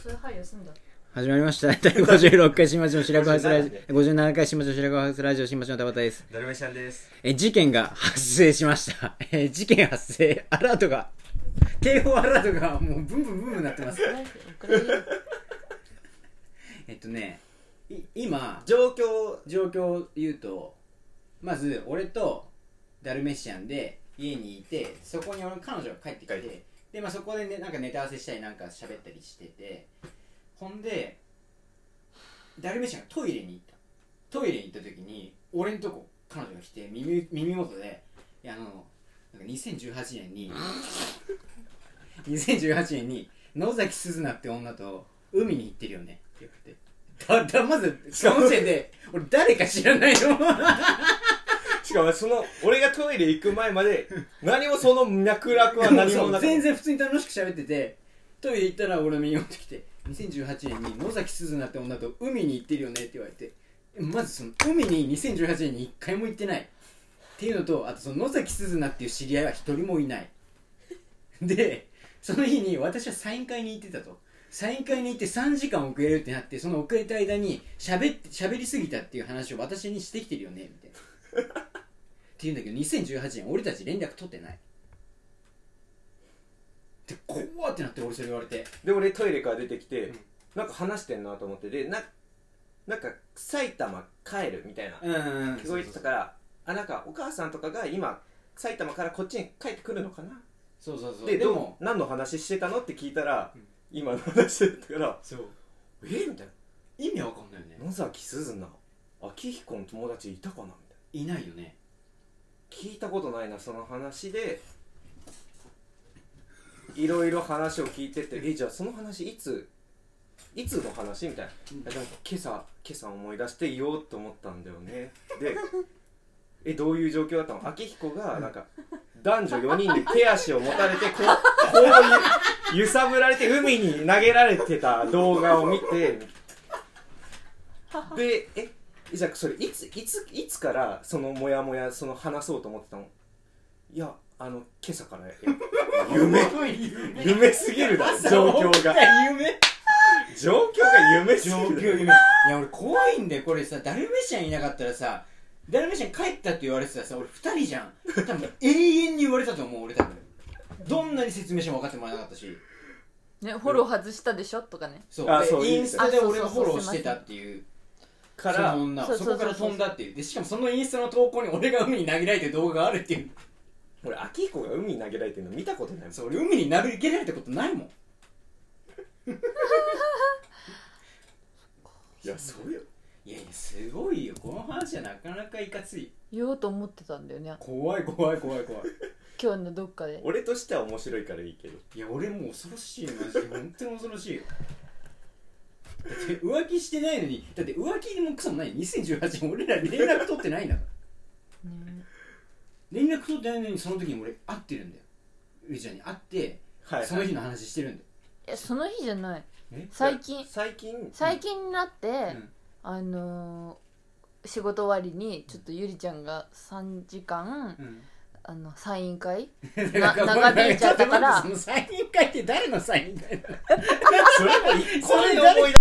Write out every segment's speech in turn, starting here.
そういう配慮すんだ。 始まりました。第56回新町の白子ハウスラジオ、57回新町の白子ハウスラジオ、新町の田畑です。 ダルメシャンです。 事件が発生しました。事件発生、アラートが、警報アラートがもうブンブンブンブンなってます。今状況を言うと、まず俺とダルメシアンで家にいて、そこに俺の彼女が帰ってきて、でそこでね、なんかネタ合わせしたりなんか喋ったりしてて、ほんでダルメシアンがトイレに行った時に俺んとこ彼女が来て耳元で、いやなんか2018年に野崎すずなって女と海に行ってるよねって言われて、まずその時点で俺誰か知らないのしかも俺がトイレ行く前まで何もその脈絡は何もなく全然普通に楽しく喋ってて、トイレ行ったら俺の耳元来て、2018年に野崎すずなって女と海に行ってるよねって言われて、まずその海に2018年に1回も行ってないっていうのと、あとその野崎すずなっていう知り合いは1人もいないで、その日に私はサイン会に行ってたと。サイン会に行って3時間遅れるってなって、その遅れた間に喋りすぎたっていう話を私にしてきてるよねみたいなって言うんだけど、2018年俺たち連絡取ってないで、怖ってなって、俺それ言われて、 で俺トイレから出てきて、なんか話してんなと思って、でなんか埼玉帰るみたいな聞こえてたから、なんかお母さんとかが今埼玉からこっちに帰ってくるのかな。 そうでも何の話してたのって聞いたら、今の話だったから、 そうみたいな、 意味わかんないよね。 野崎すずな秋彦の友達いたかなみたいないよね。 聞いたことないなその話で、いろいろ話を聞いてて、じゃあその話いつの話みたいな、でも今朝思い出して言おうと思ったんだよね。でどういう状況だったの。秋彦がなんか男女4人で手足を持たれてこう揺さぶられて海に投げられてた動画を見て、でじゃあそれいつからそのモヤモヤ話そうと思ってたの。いや今朝から夢すぎるだろ状況が夢すぎる。 いや俺怖いんだよこれさ。ダルメシャンいなかったらさ、ダルメシャン帰ったって言われてたらさ、俺2人じゃん。多分永遠に言われたと思う。俺多分どんなに説明しても分かってもらえなかったしね、フォロー外したでしょとかね。 そうインスタで俺がフォローしてたっていうからその女をそこから飛んだっていう。でしかもそのインスタの投稿に俺が海に投げられてる動画があるっていう。 俺秋彦が海に投げられてるの見たことないもん。 そう、俺海に投げられたことないもんいやそうよ。 いやすごいよこの話は。なかなかいかつい。 言おうと思ってたんだよね、 怖い今日のどっかで。 俺としては面白いからいいけど、 いや俺もう恐ろしいよマジで。本当に恐ろしいよ。だって浮気してないのに、だって浮気もクソもない2018年俺ら連絡取ってないんだから、ね、連絡取ってないのにその時に俺会ってるんだよ。ういちゃんに会って、はいはい、その日の話してるんだよ。 いやその日じゃない、最近になって、仕事終わりにちょっとゆりちゃんが3時間、サイン会長引いちゃったから。 そのサイン会って誰のサイン会なのそれも一個で思い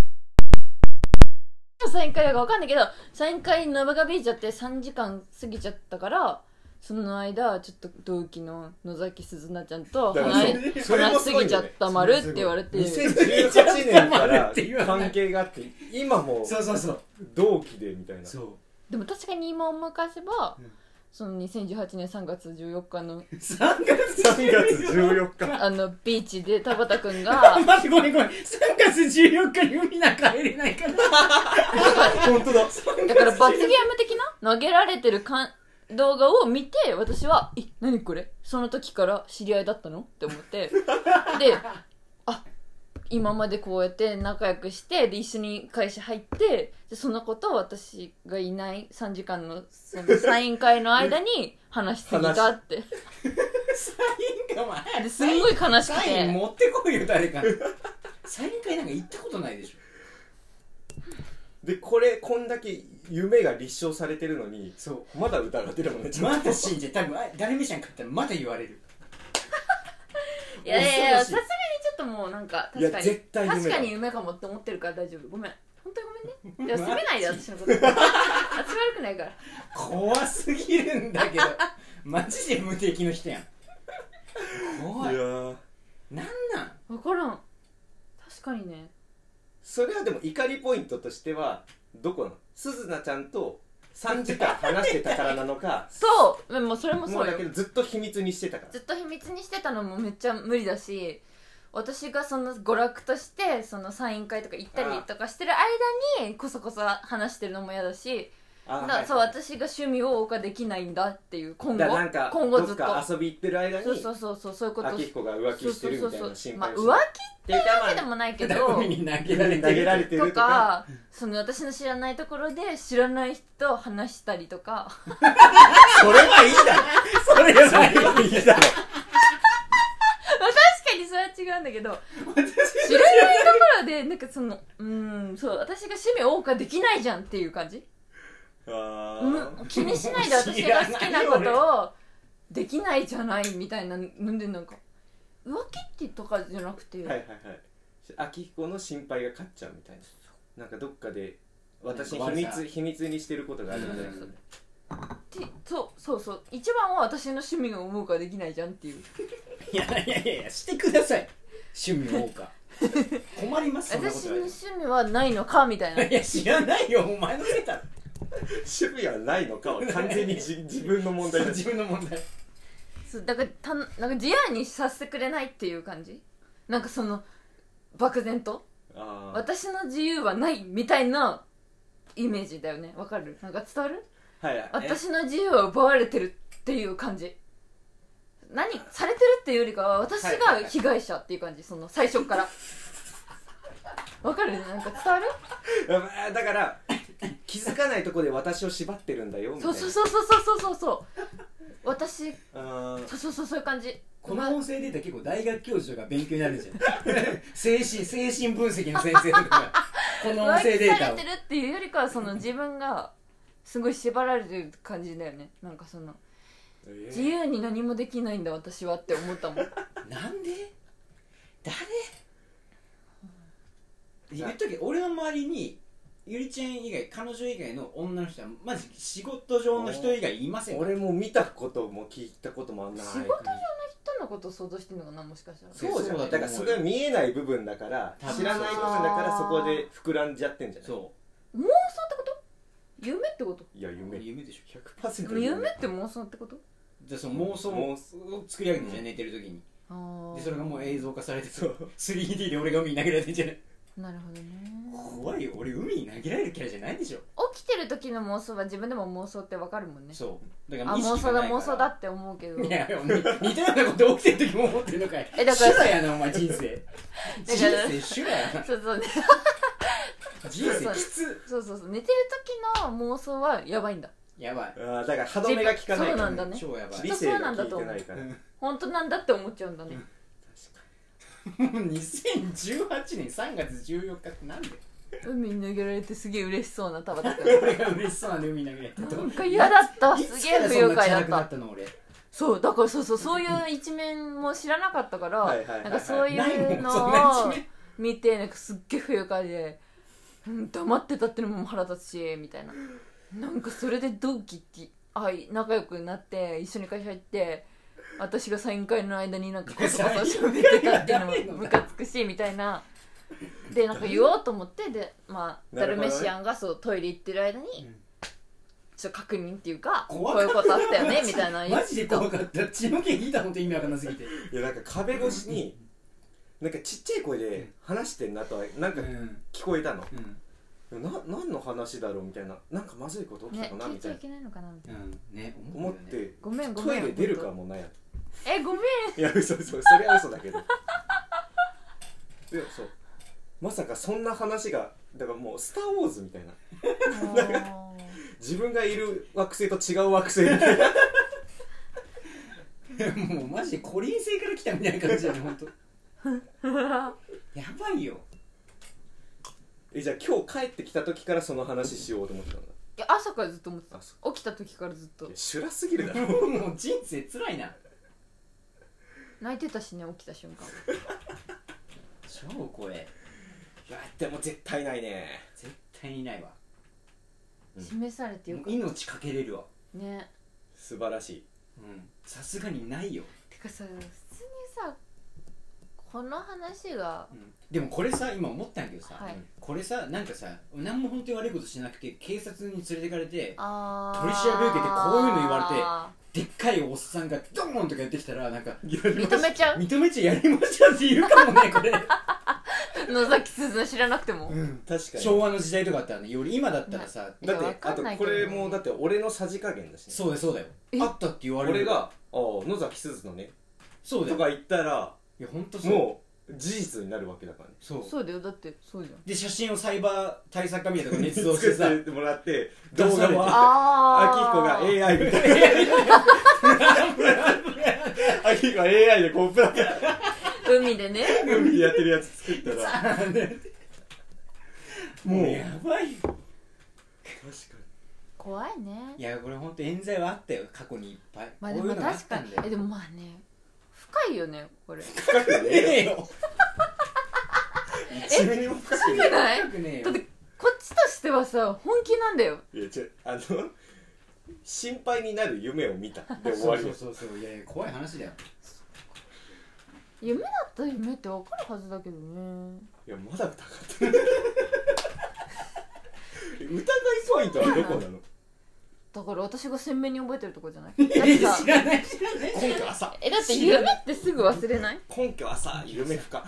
サイン会だか分かんないけど、サイン会長引いちゃって3時間過ぎちゃったから、その間ちょっと同期の野崎すずなちゃんと話しすぎちゃったまるって言われて、 2018年から関係があって今も同期でみたいな。 でも確かに今思い返せば、その2018年3月14日の 3月14日ビーチで田畑くんが待ってごめん3月14日に海なんか入れないから本当だ。 だから罰ゲーム的な投げられてる動画を見て、私は何これ、その時から知り合いだったのって思って、で今までこうやって仲良くして、で一緒に会社入って、でそのことを私がいない3時間のそのサイン会の間に話しすぎたってサイン会前ですんごい悲しくて、 サイン持ってこいよ誰かサイン会なんか行ったことないでしょ。 でこんだけ夢が立証されてるのに、まだ疑ってるもんね。 まだ信じて、多分誰めしゃんかったらまだ言われるいやさすがにちょっともうなんかいや確かに絶対夢だ確かに夢かもって思ってるから大丈夫。ごめん、本当にごめんね。いや責めないで私のこと私悪くないから。 怖すぎるんだけどマジで無敵の人やん。怖い。 いやーなんなん分からん。確かにね。 それはでも怒りポイントとしてはどこなの？すずなちゃんと3時間話してたからなのかそうでもそれももそううよ。 だけどずっと秘密にしてたから。 ずっと秘密にしてたのもめっちゃ無理だし、私がその娯楽としてそのサイン会とか行ったりとかしてる間にこそこそ話してるのも嫌だし、だからそう、私が趣味を謳歌できないんだっていう今後だなんか今後ずっとどっか遊び行ってる間にそういうこと。 明彦が浮気してるみたいな心配をしてまあ、浮気っていうわけでもないけど海に投げられてるとか、その私の知らないところで知らない人と話したりとかそれはいいだろそれはいいだろ確かにそれは違うんだけど知らないところでなんかそのそう私が趣味を謳歌できないじゃんっていう感じ。気にしないで私が好きなことをできないじゃないみたいなので、なんか浮気ってとかじゃなくて、 はいはいはい明彦の心配が勝っちゃうみたいな、なんかどっかで私秘密にしてることがあるみたいな、 そう一番は私の趣味が思うからできないじゃんっていう。 いやしてください趣味を謳歌困りますそんなこと私の趣味はないのかみたいな。 いや知らないよお前のせいだろ趣味はないのかは完全に自分の問題だ。 自分の問題。 そうだからなんか自由にさせてくれないっていう感じ。なんかその漠然と私の自由はないみたいなイメージだよね。わかる？なんか伝わる？ はい、 私の自由は奪われてるっていう感じ。何されてるっていうよりかは私が被害者っていう感じ。その最初からわかる？なんか伝わる？ だから気づかないとこで私を縛ってるんだよみたいな。 そう私そういう感じ。 この音声データ結構大学教授が勉強になるんじゃない精神分析の先生とかがこの音声データを浮気されてるっていうよりかはその自分がすごい縛られてる感じだよね。なんかその自由に何もできないんだ私はって思ったもん。 なんで誰言っとけ。俺の周りにゆりちゃん以外彼女以外の女の人はマジ仕事上の人以外いません。 俺も見たことも聞いたこともない。 仕事上の人のことを想像してるのかな、もしかしたら。 そうじゃん。だからそれは見えない部分だから知らない部分だからそこで膨らんじゃってんじゃない。 そう妄想ってこと？夢ってこと？ いや夢でしょ 100% 夢って妄想ってこと？ じゃあその妄想を作り上げてんじゃん、寝てる時に。でそれがもう映像化されて 3D で俺が海に投げられてんじゃない。 なるほどね。 怖いよ。俺海に投げられるキャラじゃないでしょ。 起きてる時の妄想は自分でも妄想ってわかるもんね。 そうだから妄想だって思うけど。 いや似たようなこと起きてる時も思ってるのかい。だから修羅やなお前人生修羅やな。 そうね人生きつ。 そう寝てる時の妄想はやばいんだ。 やばい。 だから歯止めが効かないから。 そうなんだね。 超やばい。 理性が効いてないから。 本当なんだって思っちゃうんだね。 もう2018年3月14日ってなんで海に投げられてすげえ嬉しそうな田畑君。俺が嬉しそうなんで海に投げられてなんか嫌だった。すげえ不愉快だった。そうだからそういう一面も知らなかったから、なんかそういうのを見てなんかすっげえ不愉快で、黙ってたってのも腹立つしみたいな。なんかそれで同期って仲良くなって一緒に会社行って。私がサイン会の間になんかこそこそ喋ってたっていうのもムカつくしみたいな。でなんか言おうと思ってでダルメシアンがそうトイレ行ってる間にちょっと確認っていうかこういうことあったよねみたいな。 マジで怖かった。血の毛引いたほんと意味わかんなすぎて。 いやなんか壁越しになんかちっちゃい声で話してんなとはなんか聞こえたの。何の話だろうみたいな、なんかまずいこと起きたかなみたいな、 聞いちゃいけないのかな思ってごめんトイレ出るかもなや。 ごめん。 いや嘘それは嘘だけど。でそうまさかそんな話がだからもうスターウォーズみたいな。なんか自分がいる惑星と違う惑星みたいな。もうマジでコリン星から来たみたいな感じだね本当。やばいよ。 じゃあ今日帰ってきた時からその話しようと思ってたんだ。 いや朝からずっと思ってた。起きた時からずっと。 修羅すぎるだろ。 もう人生つらいな。 泣いてたしね起きた瞬間。 超怖え。 いやでも絶対ないね。 絶対にないわ。 示されてよかっ命かけれるわ。 たね。 素晴らしい。 さすがにないよ。 てかさ、普通にさ、この話が、 でもこれさ、今思ったんやけどさ、 はい、 これさ、なんかさ、何も本当に悪いことしなくて警察に連れてかれて取りあ調べ受けてこういうの言われて、でっかいおっさんがドーンとかやってきたら、なんか認めちゃう。 認めちゃやりましたって言うかもね、これ。 野崎すずの知らなくても、 確かに。 昭和の時代とかあったらね、より今だったらさ、 いやだってあとこれもだって俺のさじ加減だしね。 そうだよそうだよ。あったって言われる。 俺が野崎すずのねそうだよとか言ったら、 いや本当そう。 もう事実になるわけだからね。 そうだよ。だってそうじゃん。 で写真をサイバー対策課みたいなとこ捏造してさ作ってもらって動画はあきひこが AI みたいなあきひこが AI でこうプラ海でね。 海でやってるやつ作ったらもうやばいよ。 確か怖いね。 いやこれ本当冤罪はあったよ、過去にいっぱい。 まあでもこういうのがあっ確かにたんだよ。 でもまあね、深いよねこれ。 深くねえよ1ミリも深くね深くない？ 深くねえよだってこっちとしてはさ本気なんだよ。 えいや心配になる夢を見たで終わりよ。 そういやいや怖い話だよ。 夢だったら夢ってわかるはずだけどね。 いやまだ疑ってる疑いポイントはどこなの？ だから私が鮮明に覚えてるとこじゃない？だってさ、 知らない根拠浅だって夢ってすぐ忘れない？ 根拠浅夢深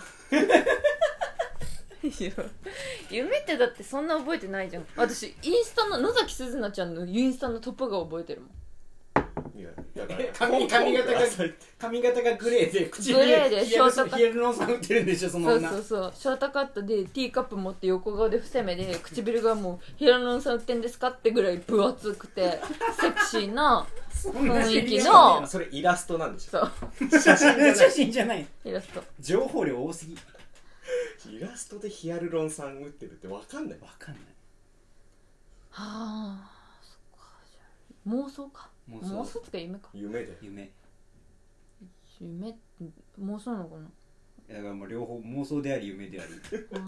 夢ってだってそんな覚えてないじゃん。私インスタの野崎すずなちゃんのインスタのトップが覚えてるもん。 いやだから髪型がグレーでグレーでショートカットヒアルロン酸売ってるんでしょそのそう女。 ショートカットでティーカップ持って横顔で伏せ目で唇がもうヒアルロン酸売ってんですかってぐらい分厚くてセクシーな雰囲気のそれイラストなんでしょ。 そう写真じゃないイラスト。 情報量多すぎ。 イラストでヒアルロン酸打ってるって分かんない。 わかんない。 はあ、そっか。妄想か。妄想ってか夢か。 夢で夢妄想なのかな。 だからもう両方妄想であり夢であり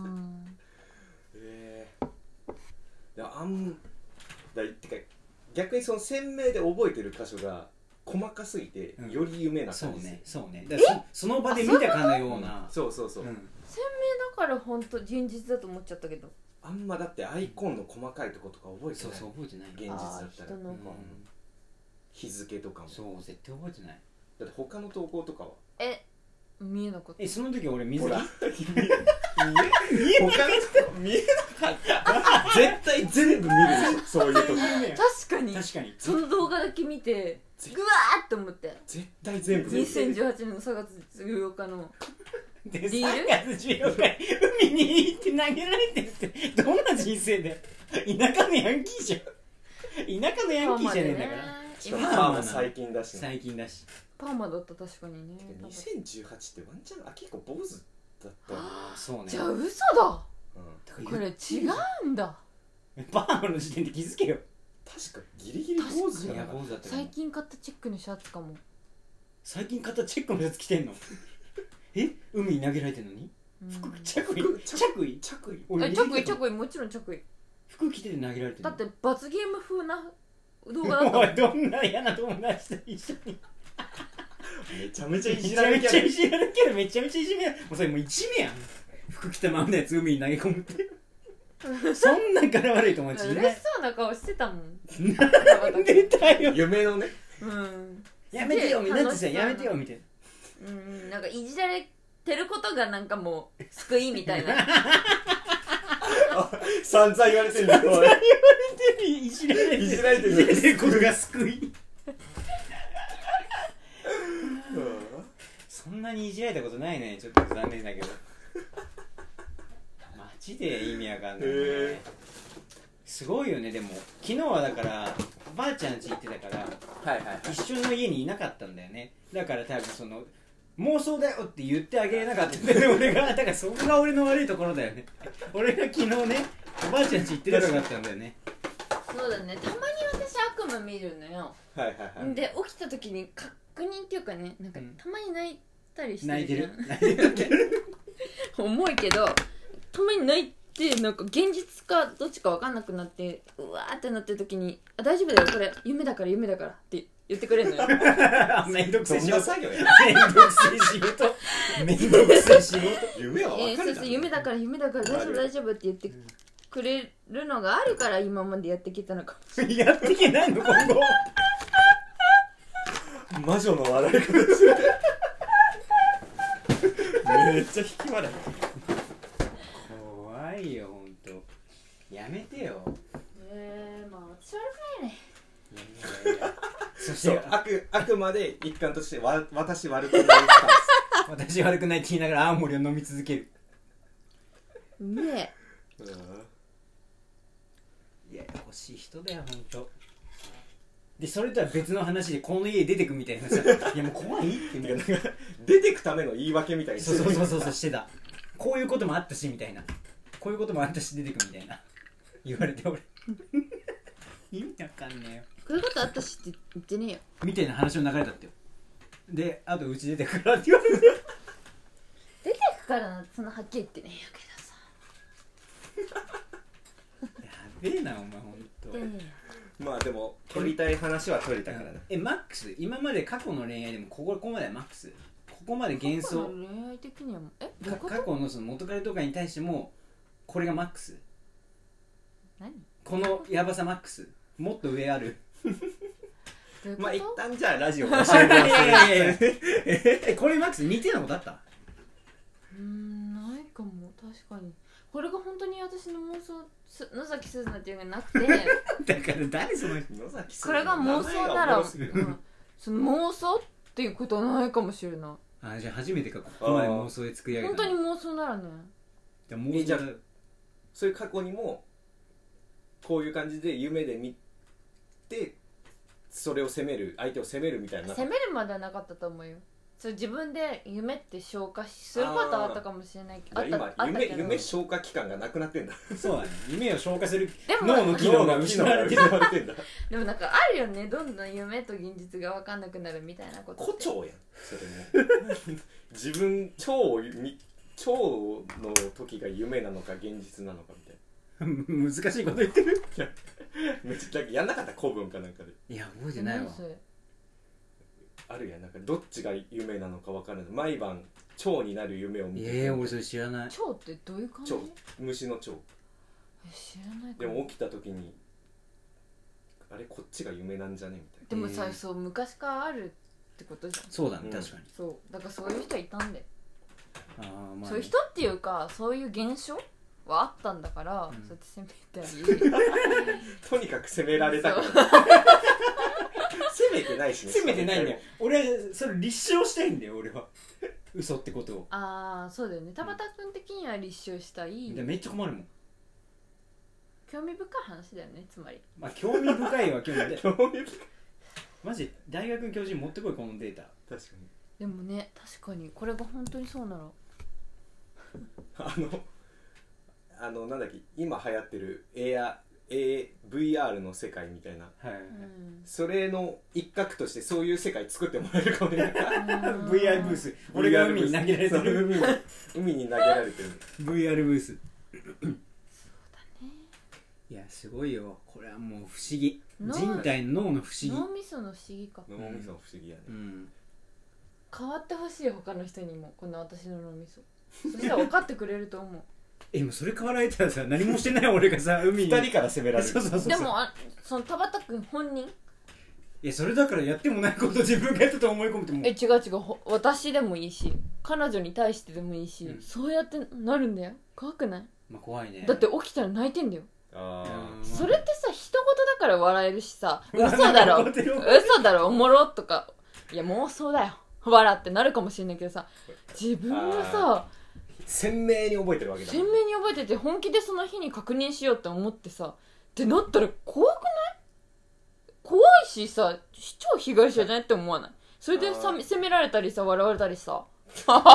てか逆にその鮮明で覚えてる箇所が細かすぎて、より夢な感じ。 そうねだからその場で見たかのような。 そう、 鮮明だから本当現実だと思っちゃったけど。 あんまだってアイコンの細かいとことか覚えてない。 そう覚えてない。 現実だったら人の日付とかも。 そう絶対覚えてない。 だって他の投稿とかは見えなかった。 その時俺水着他の見えなかった絶対全部見るでしょそういう時。 確かにその動画だけ見てグワーって思って絶対全部見る。 2018年の3月14日のでリール 3月14日海に行って投げられてるってどんな人生だよ。田舎のヤンキーじゃん。田舎のヤンキーじゃねえんだからしかもパーも最近だしね。 最近だしパーマだった。確かにね。 2018ってワンチャン結構坊主だったよね。 そうね。 じゃあ嘘だ。これ違うんだ。 パーマの時点で気づけよ。 確かギリギリ坊主じゃなかった。 最近買ったチェックのシャツかも。 最近買ったチェックのやつ着てんの？海に投げられてんのに？着衣もちろん着衣。 服着てて投げられてる。 だって罰ゲーム風な動画だった。 おいどんな嫌な友達と一緒にめちゃめちゃいじられるキャラ。 めちゃめちゃいじめや。もうそれもういじめやん。服着たまんのやつ海に投げ込むってそんなから悪い友達いない。 嬉しそうな顔してたもん。 なんでだよ。 夢のね。 やめてよみたいな。やめてよみたいな。なんかいじられてることがなんかもう救いみたいな。 散々言われてるんだよ。 いじられてることが救い。そんなにいじられたことないね。ちょっと残念だけどマジで意味わかんないね。すごいよね。でも昨日はだからばあちゃん家行ってたから、一緒の家にいなかったんだよね。だから多分その妄想だよって言ってあげれなかったんだよね俺が。だからそこが俺の悪いところだよね。俺が昨日ねおばあちゃん家行ってなかったんだよね。 そうだね。たまに私悪夢見るのよ。で起きた時に確認っていうかね、なんかたまに泣いたりしてるじゃん。 泣いてる重いけどたまに泣いてなんか現実かどっちか分かんなくなってうわーってなってる時に「あ大丈夫だよこれ夢だから夢だから」って言ってくれるのよめんどくせえどん仕事な作業やめんどくせえ仕事めんどくせえ仕事夢は分かるじゃんそうそう夢だから夢だから大丈夫大丈夫って言ってくれるのがあるから今までやってきたのかもしれないやっていけないの今後魔女の笑い方してるめっちゃ引き笑い怖いよほんとやめてよまあ私悪くないねいやいやいやそしそうてあくまで一環として私悪くないスタン私悪くないって言いながら青森を飲み続けるうめえスいや欲しい人だよほんとでそれとは別の話でこの家出てくみたいなさいやもう怖いってみたいな出てくための言い訳みたいにそうしてたこういうこともあったしみたいなこういうこともあったし出てくみたいな言われて俺意味わかんねえよこういうことあったしって言ってねえよみたいな話の流れだったよであとうち出てくからって言われて出てくからなそんなはっきり言ってねえやけどさやべえなお前ほんとでねまあでも取りたい話は取りたからなマックス今まで過去の恋愛でもここまではマックスここまで幻過去想の恋愛的にはもうどういうこと過去のその元彼とかに対してもこれがマックス何このヤバさマックスもっと上あるどういうことまあ一旦じゃあラジオを教えてますこれマックス似てるのことあったないかも確かにこれが本当に私の妄想野崎すずなっていうのがなくてだから誰その人野崎これが妄想なら、 名前がうんその妄想っていうことはないかもしれないあじゃあ初めてかここまで妄想で作り上げた本当に妄想ならねじゃあ妄想じゃあそういう過去にもこういう感じで夢で見てそれを責める相手を責めるみたいな責めるまではなかったと思うよそれ自分で夢って消化することはあったかもしれないけどあ今ったけど夢消化器官がなくなってんだそうだね夢を消化するでも脳の機能が失われてるわれてんだでもなんかあるよねどんどん夢と現実が分かんなくなるみたいなことって胡蝶やんそれも自分腸の時が夢なのか現実なのかみたい難しいこと言ってるなめっちゃだけやんなかった古文かなんかでいや覚えてないわ何それあるやんなんかどっちが夢なのか分からない毎晩蝶になる夢を見て俺それ知らない蝶ってどういう感じ蝶虫の蝶知らないかでも起きた時にあれこっちが夢なんじゃねみたいなでもさそう昔からあるってことじゃんそうだねうん確かにそうだからそういう人いたんで、 あーまあそういう人っていうかそういう現象はあったんだから、 うんそうやって責めたりとにかく責められたくないそう責めてないしね責めてないんだよ俺はそれ立証したいんだよ俺は嘘ってことをああそうだよね田畑君的には立証したい、 でめっちゃ困るもん興味深い話だよねつまりまあ興味深いは興味で興味深いマジ大学の教授に持ってこいこのデータ確かにでもね確かにこれが本当にそうなのなんだっけ今流行ってる VR の世界みたいなはい、 それの一角としてそういう世界作ってもらえるかもね VR ブース俺が海に投げられてそうる海に投げられてる VR ブースそうだねいやすごいよこれはもう不思議脳人体の脳の不思議脳みその不思議か脳みその不思議やね、 うん変わってほしい他の人にもこの私の脳みそそしたら分かってくれると思うもうそれ変わられたらさ何もしてない俺がさ海に二人から責められるそうそうそうそうでもその田畑君本人それだからやってもないこと自分がやったと思い込むってもう違う違う私でもいいし彼女に対してでもいいし、 うんそうやってなるんだよ怖くないまあ怖いねだって起きたら泣いてんだよあうんそれってさ人事だから笑えるしさ嘘だろ笑ってる嘘だろおもろとかいや妄想だよ笑ってなるかもしれないけどさ自分がさ鮮明に覚えてるわけだ鮮明に覚えてて本気でその日に確認しようって思ってさってなったら怖くない怖いしさ超被害者じゃないって思わないそれでさ責められたりさ笑われたりさいや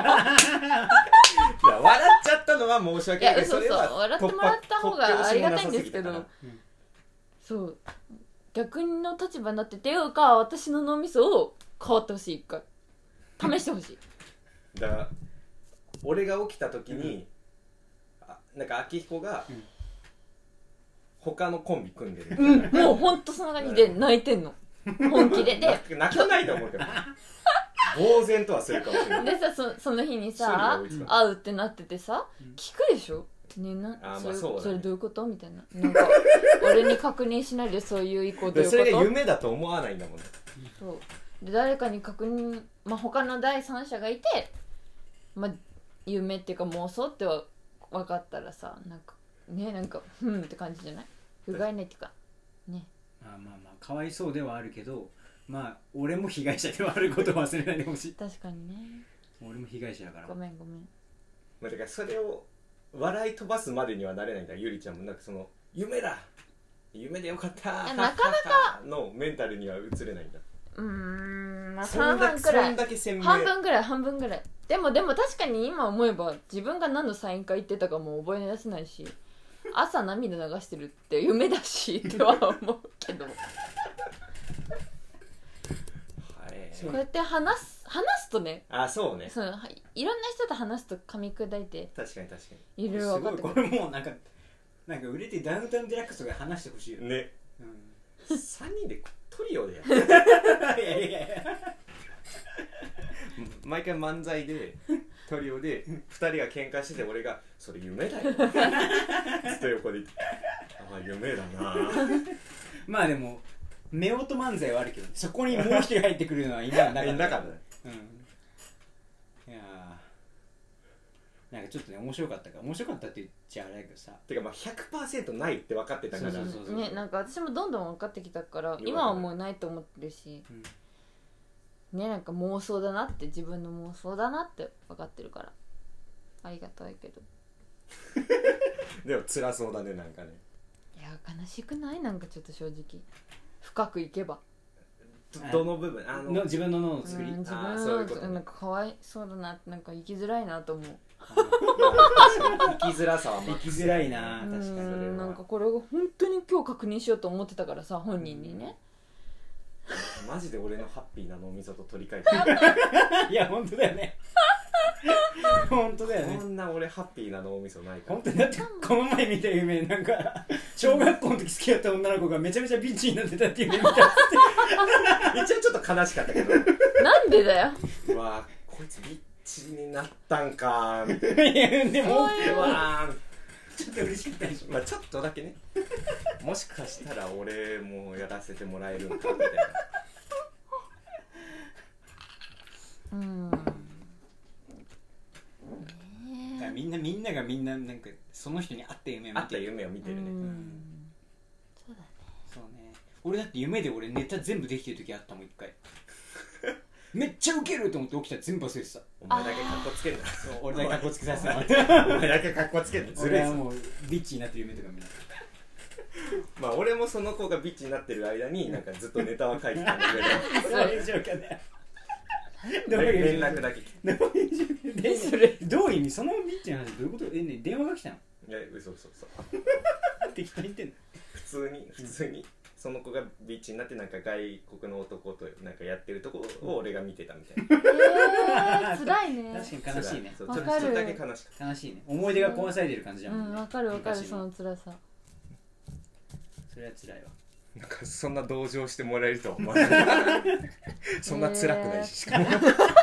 笑っちゃったのは申し訳ないけどいやそうそうそれは笑ってもらった方がありがたいんですけど突拍子もなさすぎたからそう逆の立場になってていうか私の脳みそを変わってほしい一回試してほしいだから俺が起きた時に、なんか明彦が他のコンビ組んでる、 もうほんとそんな感じで泣いてんの本気で泣かないと思うけど呆然とはするかもしれないでさ、その日にさ会うってなっててさ、聞くでしょね、それどういうことみたいな、なんか俺に確認しないでそういう意向どういうこと、 それが夢だと思わないんだもんね。 そうで誰かに確認、他の第三者がいて、夢っていうか妄想っては分かったらさ、なんかって感じじゃない？不甲斐ないっていうかね。 かわいそうではあるけど、俺も被害者ではあることを忘れないでほしい。 確かにね。 俺も被害者だから。 ごめん。 だからそれを笑い飛ばすまでにはなれないんだ。ゆりちゃんもなんかその夢だ、夢でよかったなかなかのメンタルには移れないんだ。 半分くらい、 そんだけ鮮明。 半分ぐらい。でも確かに今思えば自分が何のサイン会行ってたかも覚え出せないし、朝涙流してるって夢だしっては思うけどこうやって話すとね、 そうね、 いろんな人と話すと噛み砕いて、 確かにいろいろ分かってくる。 これもうなんか売れてダウンタウンデラックスとか話してほしいよね。3人でトリオでやる毎回漫才でトリオで2人が喧嘩してて、俺がそれ夢だよずっと横で言って、夢だなでも夫婦漫才はあるけど、そこにもう一人入ってくるのは今はなかった。いやなんかちょっとね、面白かったって言っちゃあれだけどさ、 てか100% ないって分かってたからね、なんか私もどんどん分かってきたから今はもうないと思ってるし、ね、なんか妄想だなって、自分の妄想だなって分かってるからありがたいけどでも辛そうだね、なんかね。 いや悲しくない？なんかちょっと正直深くいけばどの部分自分の脳の作り、 自分のなんかかわいそうだなって、なんか生きづらいなと思う生きづらさは生きづらいな、確かに。 なんかこれを本当に今日確認しようと思ってたからさ、本人にね、 マジで俺のハッピーな脳みそと取り替えていや本当だよね本当だよね。 こんな俺ハッピーな脳みそないから。 本当にだってこの前見た夢、なんか小学校の時付き合った女の子がめちゃめちゃビッチになってたっていう夢見た一応ちょっと悲しかったけどなんでだようわこいつビッチになったんかみたいな。いやでもちょっと嬉しかったでしょ。ちょっとだけねもしかしたら俺もやらせてもらえるんかみたいな。みんながみんななんかその人に会った夢を見てるね。そうね。俺だって夢でネタ全部できてる時あったもん、一回めっちゃウケると思って起きたら全部忘れてた。 お前だけカッコつけんな。 そう、俺だけカッコつけさせてもらってお前だけカッコつけんな。ずるい。 俺はもうビッチになってる夢とか見ない。 俺もその子がビッチになってる間になんかずっどうネタは書いてたんだけどそういう状況で連絡だけ来てどういう意味？そのビッチの話どういうこと？電話が来たの？ いや嘘適当に言ってんの？ 普通にその子がビッチになってなんか外国の男となんかやってるとこを俺が見てたみたいな。 辛いね。 確かに悲しいね。 ちょっとだけ悲しいね。思い出が壊されてる感じじゃん。 わかるその辛さ。 それは辛いわ。 なんかそんな同情してもらえるとは思わないそんな辛くないし、しかも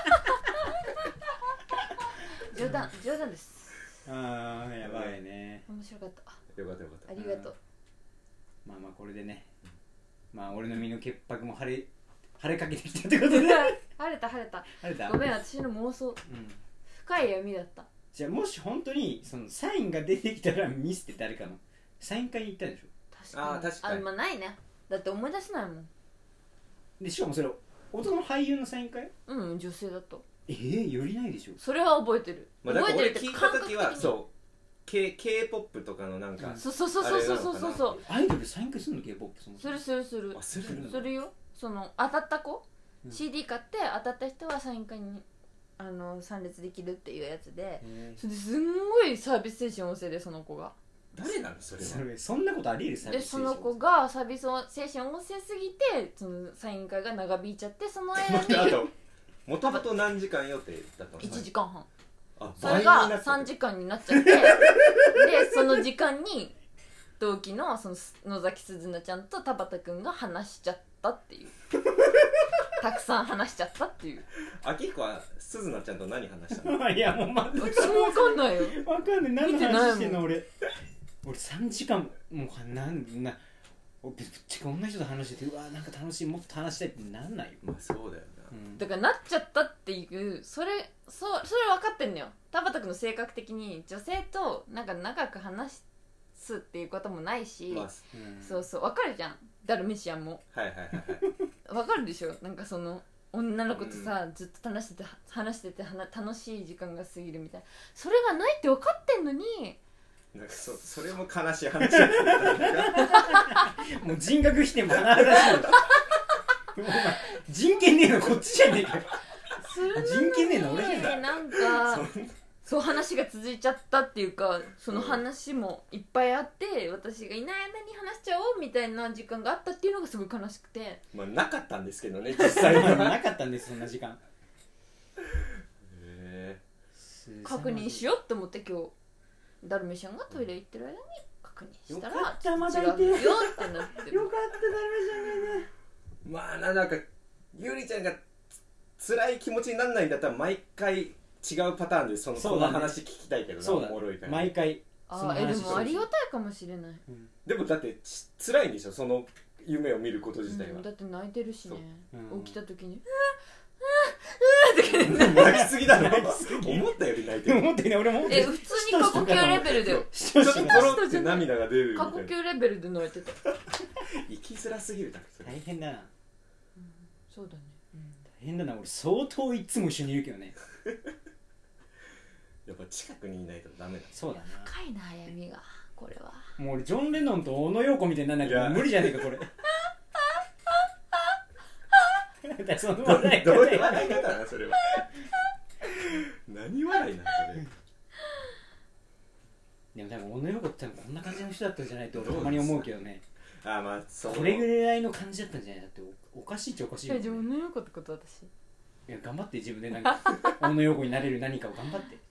冗談です。 ああやばいね。 面白かった。 よかったありがとう。 これでね、俺の身の潔白も晴れかけてきたってことで晴れた。ごめん、私の妄想、深い闇だった。 じゃあもし本当にそのサインが出てきたらミスって誰かのサイン会に行ったでしょ。 確かにないね。だって思い出せないもん。 でしかもそれ男の俳優のサイン会？ 女性だった。 よりないでしょ。 それは覚えてる。 だから俺聞いた時はそうK-POP とかのなんかそうアイドルサイン会するの？ K-POP するよ。その当たった子、CD 買って当たった人はサイン会に参列できるっていうやつで、それですんごいサービス精神旺盛で、その子が誰なのそれは。 そんなことあり得る？サービでス精神その子がサービス精神旺盛すぎて、そのサイン会が長引いちゃって、その間にもともと何時間予定だったの？ 1時間半。 それが3時間になっちゃってでその時間に同期のその野崎すずなちゃんと田畑くんが話しちゃったっていうたくさん話しちゃったっていう。 秋彦はすずなちゃんと何話したの？ いやもうまず私も分かんないよ。 分かんない。何の話してんの俺3時間もうぶっちゃけ女の人と話してて、うわなんか楽しい、もっと話したいってなんないよ。 まあそうだよな、 だからなっちゃったっていうそれ分かってんのよ。田畑君の性格的に女性となんか長く話すっていうこともないし、 まあそうそう分かるじゃん。ダルメシアンもはいはいはいはい分かるでしょ。なんかその女の子とさ、ずっと話してて楽しい時間が過ぎるみたいな、それがないって分かってんのになんかそれも悲しい話だもう人格否定も甚だしい人権ねえのこっちじゃねえかよ。人権ねえの俺じゃねえなんかそう話が続いちゃったっていうか、その話もいっぱいあって私がいない間に話しちゃおうみたいな時間があったっていうのがすごい悲しくて、 まあなかったんですけどね実際はなかったんですそんな時間。 確認しようって思って今日ダルメシャンがトイレ行ってる間に確認したらよかったまだ違うよってなってる。 よかったダルメシャンがね。 まあなんかゆりちゃんが辛い気持ちにならないんだったら毎回違うパターンでこの話聞きたいけどな、おもろいから毎回でもありがたいかもしれない、 でもだって辛いんでしょその夢を見ること自体は、 だって泣いてるしね、起きた時に泣きすぎだろ思ったより泣いてる。 思ったよね俺も。 普通に過呼吸レベルでちょっとポロって涙が出るみたいな。 過呼吸レベルで泣いてた。 生きづらすぎるだけ大変だな、 そうだね、 大変だな。俺相当いつも一緒にいるけどねやっぱ近くにいないとダメだ。 そうだな。 深いな闇がこれは。 もう俺ジョン・レノンと小野陽子みたいになんないけど無理じゃねえかこれその笑いどういう笑い方なそれは何笑いなそれ。 でも多分小野陽子って多分こんな感じの人だったんじゃないとたまに思うけどね。 あまあそうこれぐらいの感じだったんじゃない。だっておかしいっちゃおかしいよ、ね、 自分のようってこと私。 いや頑張って自分でなんか小野陽子になれる何かを頑張って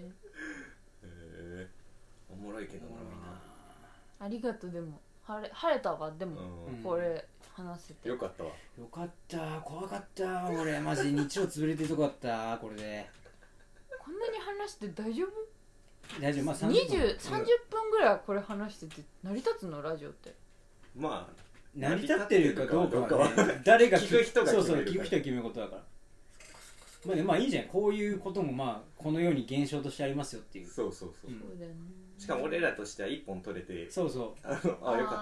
おもろいけどな。 ありがとう。でも晴れたわ。でもこれ話せてよかったわ。 よかった。怖かった俺マジ日曜潰れてるとこだったこれで。 こんなに話して大丈夫？ 大丈夫。まあ 30分ぐらいこれ話してて成り立つのラジオって。 まあ成り立ってるかどうかはね誰が聞く人が決めるから。 そう聞く人が決めることだから。まあいいじゃん。こういうこともまあこのように現象としてありますよっていう。 そう、 そうだよね。 しかも俺らとしては1本取れて、 そうよかった。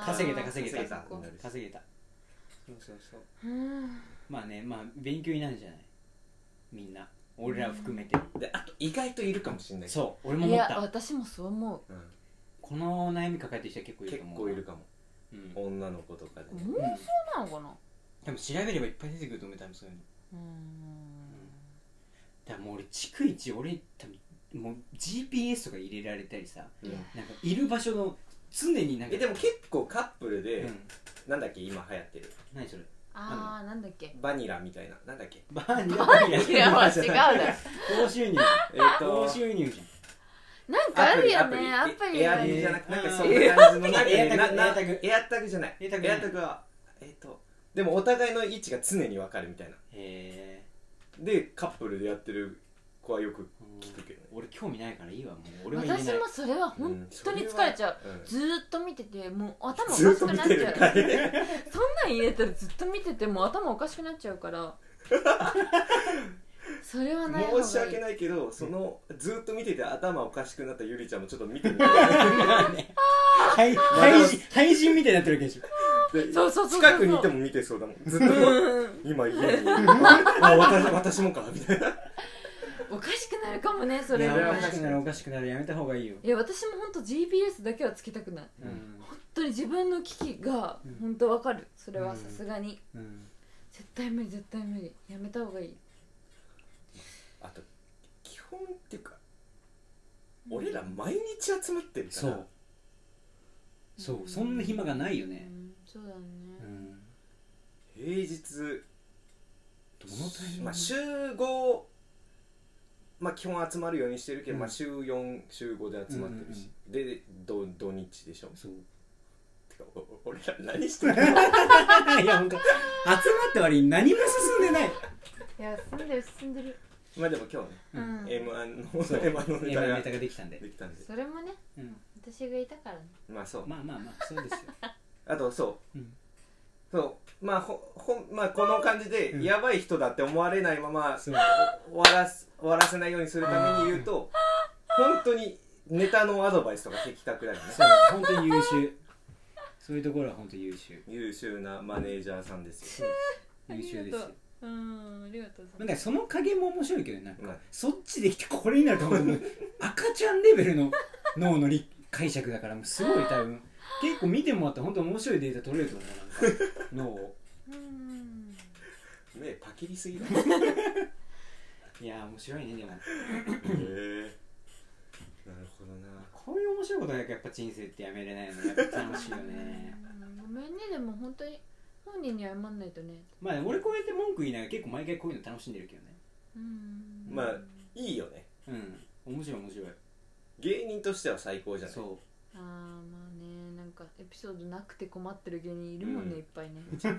稼げた。そうまあね、まあ勉強になるんじゃないみんな俺らを含めて。 であと意外といるかもしれない。 そう俺も思った。 いや私もそう思う、 この悩み抱えてる人は結構いると思う。 結構いるかも、女の子とかでね。 そうなのかな。 でも調べればいっぱい出てくると思う。多分そういうの。だからもう俺逐一多分もう GPS とか入れられたりさ、なんかいる場所の常になんか。 でも結構カップルで、なんだっけ今流行ってる。 何それ。 なんだっけ。 バニラみたいな。なんだっけ。 バニラは違うだろ。 高収入。高収入じゃん。なんかあるよね。アプリ。 エアビーじゃなくてなんかそんな感じのエアタグじゃない。エアタグはでもお互いの位置が常に分かるみたいな。でカップルでやってる子はよく聞くけどね。 俺興味ないからいいわ。もう俺は入れない。 私もそれは本当に疲れちゃう。ずーっと見ててもう頭おかしくなっちゃう。そんなん入れたらずっと見ててもう頭おかしくなっちゃうからそれはない方がいい。 申し訳ないけどそのずっと見てて頭おかしくなったゆりちゃんもちょっと見てみたい廃人みたいになってるわけでしょ。 そう近くにいても見てそうだもん。ずっと今家に私もかみたいな。 おかしくなるかもね。それはおかしくなるやめた方がいいよ。 いや私も本当 GPS だけはつけたくない。本当に自分の機器が本当わかる。それはさすがに絶対無理やめた方がいい。 あと基本っていうか俺ら毎日集まってるから。 そうそんな暇がないよね。 そうだね。 平日どのタイミング。 まあ週5 まあ基本集まるようにしてるけど、 うんまあ週4週5で集まってるし、で土日でしょ。 そうてか俺ら何してるのいや本当集まった割に何も進んでない。 いや進んでるまあでも今日ね、 うん M1 のそう M1 のネタがネタができたんで、 できたんで、 それもねうん、 私がいたからねまあそう、 まあそうですよ、 あとそううん、 そうまあまあこの感じでうんやばい人だって思われないままそう終わらせないようにするために言うと、本当にネタのアドバイスとか的確だよね。 そう本当に優秀、そういうところは本当に優秀、 優秀なマネージャーさんですよ。 優秀ですよ。 うんありがとうございなんかその加減も面白いけど、なんか、 うんそっちできてこれになるともう赤ちゃんレベルの脳の解釈だから、もうすごい多分結構見てもらったら本当面白いデータ取れると思う、なんか脳を。 うん目パキリすぎだ。 いやー面白いね。でもへえ、なるほどな。 こういう面白いことだけやっぱ人生ってやめれないのやっぱ楽しいよね。 ごめんねでも本当に本人に謝んないとねまあ俺こうやって文句言いながら結構毎回こういうの楽しんでるけどね。 うんまあいいよね。 うん面白い面白い。 芸人としては最高じゃない。 そあーまあねなんかエピソードなくて困ってる芸人いるもんね、 うんいっぱいね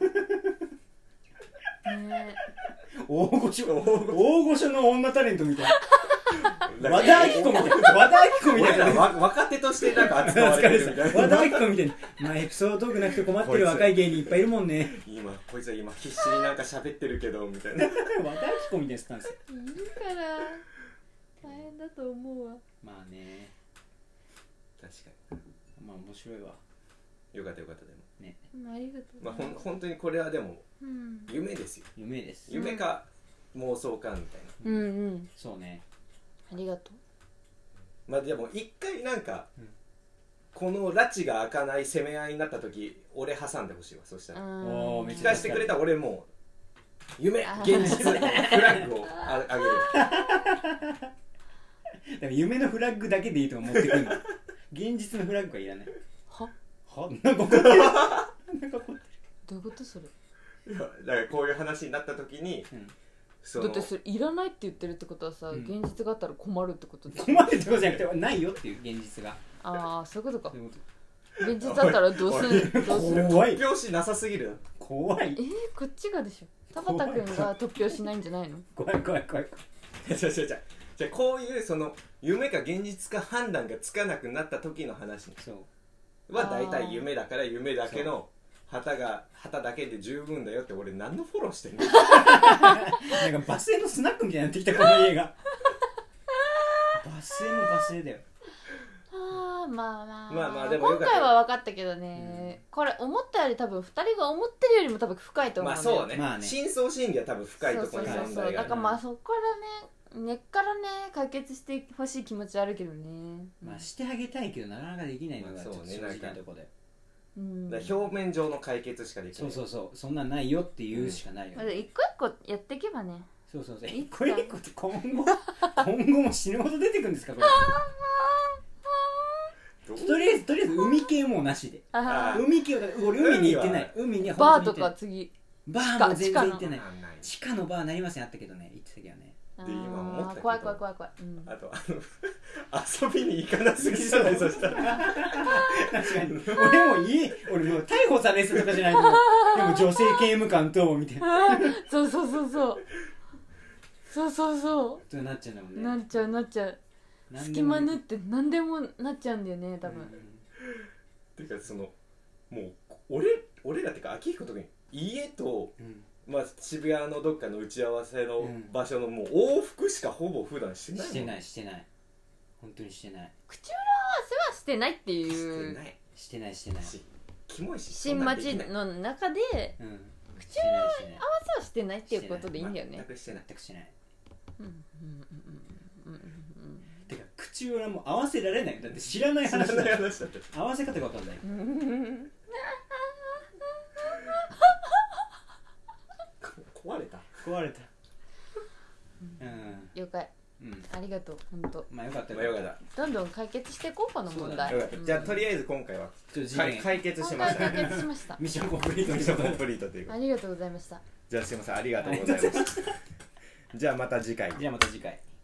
ねう大御所の女タレントみたいな。和和田アキ子みたいな。和田アキ子みたいな。 若手としてなんか扱われてるみたい和田アな。 キ子みたいな。まあエピソードトークなくて困ってる若い芸人いっぱいいるもんね。 こいつは今必死になんか喋ってるけどみたいな。 和田アキ子みたいなスタンス。 いるから大変だと思うわまあね、 確かまあ面白いわ。 に。よかったよかったでも。 ありがとうまあ本当にこれはでもうん夢ですよ。 夢です。 夢か妄想かみたいな。 うんうんそうね。 ありがとまあでも一回なんか、 うんこの拉致が開かない攻め合いになった時俺挟んでほしいわ。そしたうらおーめっちゃ聞かせてくれた俺もう夢あ現実フラッグをあげる。 だから夢のフラッグだけでいいと思ってくるの。現実のフラッグはいらない。 ははなんか怒ってる。なんか怒ってる。 どういうことそれいやだからこういう話になった時に、 うんそのだってそれいらないって言ってるってことはさ、 うん現実があったら困るってことでしょ困ってるってことじゃなくてないよっていう現実が。 ああそういうことかそういうこ現実あったらどうするどうする怖い突拍子なさすぎる。 怖いこっちがでしょ田畑くんが突拍しないんじゃないの怖い怖い怖い。 じゃあこういうその夢か現実か判断がつかなくなった時の話そうは大体夢だから夢だけの旗だけで十分だよって俺何のフォローしてんの。 なんかバス停のスナックみたいになってきたこの家が。バス停もバス停だよ。 あーまあまあでもよかった今回は分かったけどね、これ思ったより多分2人が思ってるよりも多分深いと思うんだよまあそうね、 まあね深層心理は多分深いところにそう問題がある。 だからまあそこからね根っからね解決してほしい気持ちはあるけどねまあしてあげたいけどなかなかできないのがちょっとまあそうね正直なとこで。 うんだから表面上の解決しかできない。 そうそうそうそんなんないよって言うしかないよね。 まあ一個一個やっていけばねそうそうそう。 いつかこれ一個って今後も死ぬほど出てくるんですかこれ。 どうとりあえず海系もなしで。 あー海系は俺海に行ってない。海にはバーと本当に行ってない。 か次バーも全然行ってない。 なんない地下のバーなりませんあったけどね、行ってたけどね。 で今思ったけど怖い、うんあと遊びに行かなすぎじゃない。そしたら確かに。俺もう逮捕されそうとかじゃないと。でも女性刑務官とみたいな。 そうとなっちゃうんだもんね。 なっちゃうなん隙でも間縫って何でもなっちゃうんだよね多分、 てかそのもう俺らってか秋彦とかに家と、まあ、渋谷のどっかの打ち合わせの場所のもう往復しかほぼ普段してないもん。 してない本当にしてない口裏合わせはしてないってしていうないしてないしキモいし新町の中で口裏合わせ合わせはしてないっていうことでいいんだよね全くしてない。 全くしてない。 うんてか口裏も合わせられないだって知らない知らない話だよ。 話だって合わせ方が分かんない。 壊れた。 壊れた。 了解ありがとう本当まあよかったまあよかったどんどん解決していこうこの問題よかった。じゃあとりあえず今回はちょっと次元解決し今ました回解決しましたミッションコンプリートミッションコンプリートということでありがとうございましたじゃあすいませんありがとうございますじゃあまた次回じゃあまた次回。